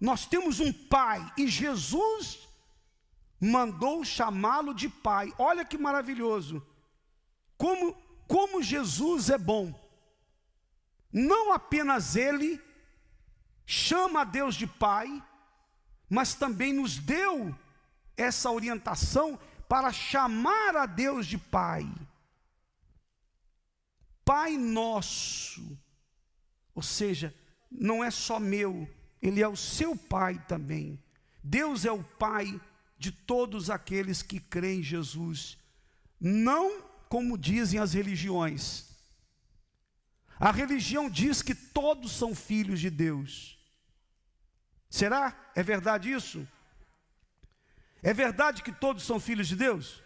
nós temos um pai, e Jesus mandou chamá-lo de pai. Olha que maravilhoso, como Jesus é bom. Não apenas ele chama a Deus de pai, mas também nos deu essa orientação para chamar a Deus de pai. Pai nosso, ou seja, não é só meu, ele é o seu pai também. Deus é o pai de todos aqueles que creem em Jesus, não como dizem as religiões. A religião diz que todos são filhos de Deus. Será? É verdade isso? É verdade que todos são filhos de Deus?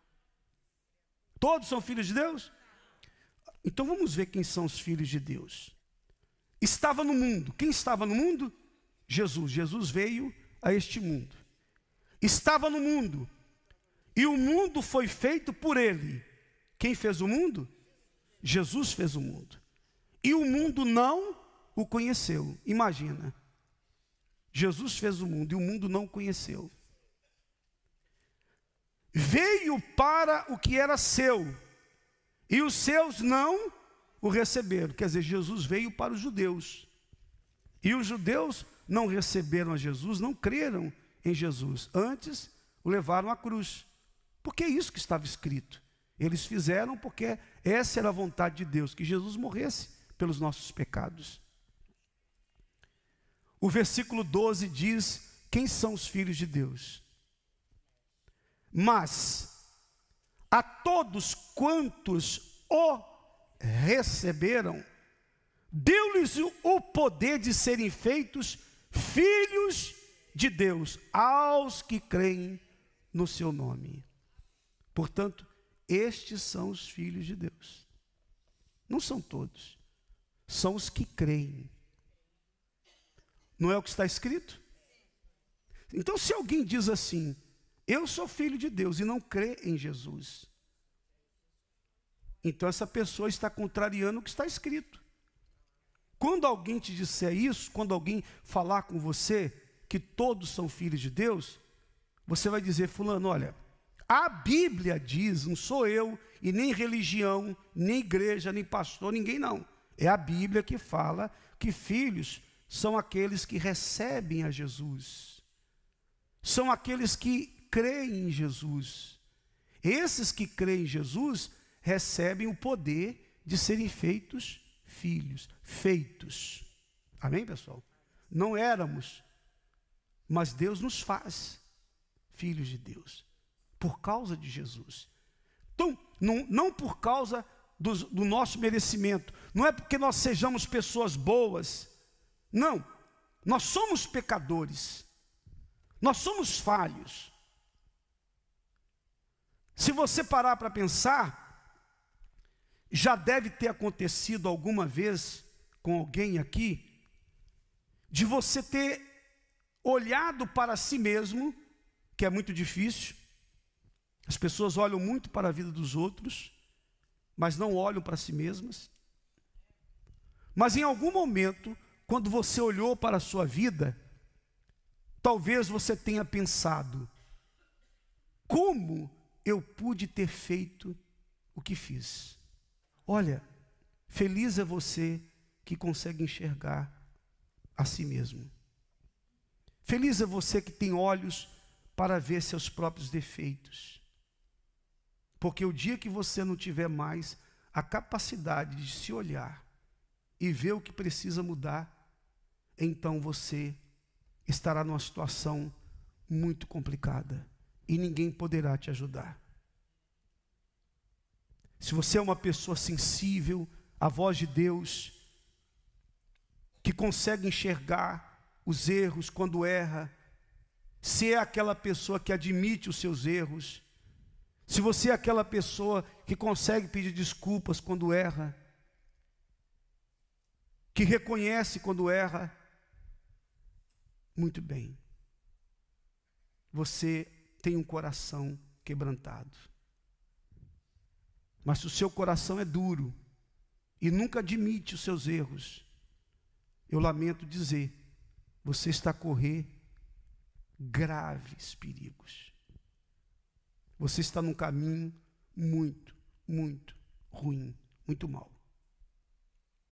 Todos são filhos de Deus? Então vamos ver quem são os filhos de Deus. Estava no mundo. Quem estava no mundo? Jesus. Jesus veio a este mundo. Estava no mundo. E o mundo foi feito por ele. Quem fez o mundo? Jesus fez o mundo. E o mundo não o conheceu. Imagina. Jesus fez o mundo e o mundo não o conheceu. Veio para o que era seu, e os seus não o receberam. Quer dizer, Jesus veio para os judeus, e os judeus não receberam a Jesus, não creram em Jesus. Antes o levaram à cruz, porque é isso que estava escrito. Eles fizeram porque essa era a vontade de Deus, que Jesus morresse pelos nossos pecados. O versículo 12 diz: quem são os filhos de Deus? Mas a todos quantos o receberam, deu-lhes o poder de serem feitos filhos de Deus, aos que creem no seu nome. Portanto, estes são os filhos de Deus. Não são todos, são os que creem. Não é o que está escrito? Então, se alguém diz assim: eu sou filho de Deus, e não crê em Jesus, então essa pessoa está contrariando o que está escrito. Quando alguém te disser isso, quando alguém falar com você que todos são filhos de Deus, você vai dizer: fulano, olha, a Bíblia diz, não sou eu, e nem religião, nem igreja, nem pastor, ninguém não. É a Bíblia que fala que filhos são aqueles que recebem a Jesus, são aqueles que creem em Jesus. Esses que creem em Jesus recebem o poder de serem feitos filhos, feitos. Amém, pessoal? Não éramos, mas Deus nos faz filhos de Deus, por causa de Jesus. Então, não por causa do nosso merecimento, não é porque nós sejamos pessoas boas, não, nós somos pecadores, nós somos falhos. Se você parar para pensar, já deve ter acontecido alguma vez com alguém aqui, de você ter olhado para si mesmo, que é muito difícil. As pessoas olham muito para a vida dos outros, mas não olham para si mesmas. Mas em algum momento, quando você olhou para a sua vida, talvez você tenha pensado: como eu pude ter feito o que fiz? Olha, feliz é você que consegue enxergar a si mesmo. Feliz é você que tem olhos para ver seus próprios defeitos. Porque o dia que você não tiver mais a capacidade de se olhar e ver o que precisa mudar, então você estará numa situação muito complicada e ninguém poderá te ajudar. Se você é uma pessoa sensível à voz de Deus, que consegue enxergar os erros quando erra, se é aquela pessoa que admite os seus erros, se você é aquela pessoa que consegue pedir desculpas quando erra, que reconhece quando erra, muito bem, você tem um coração quebrantado. Mas se o seu coração é duro e nunca admite os seus erros, eu lamento dizer, você está a correr graves perigos. Você está num caminho muito, muito ruim, muito mau.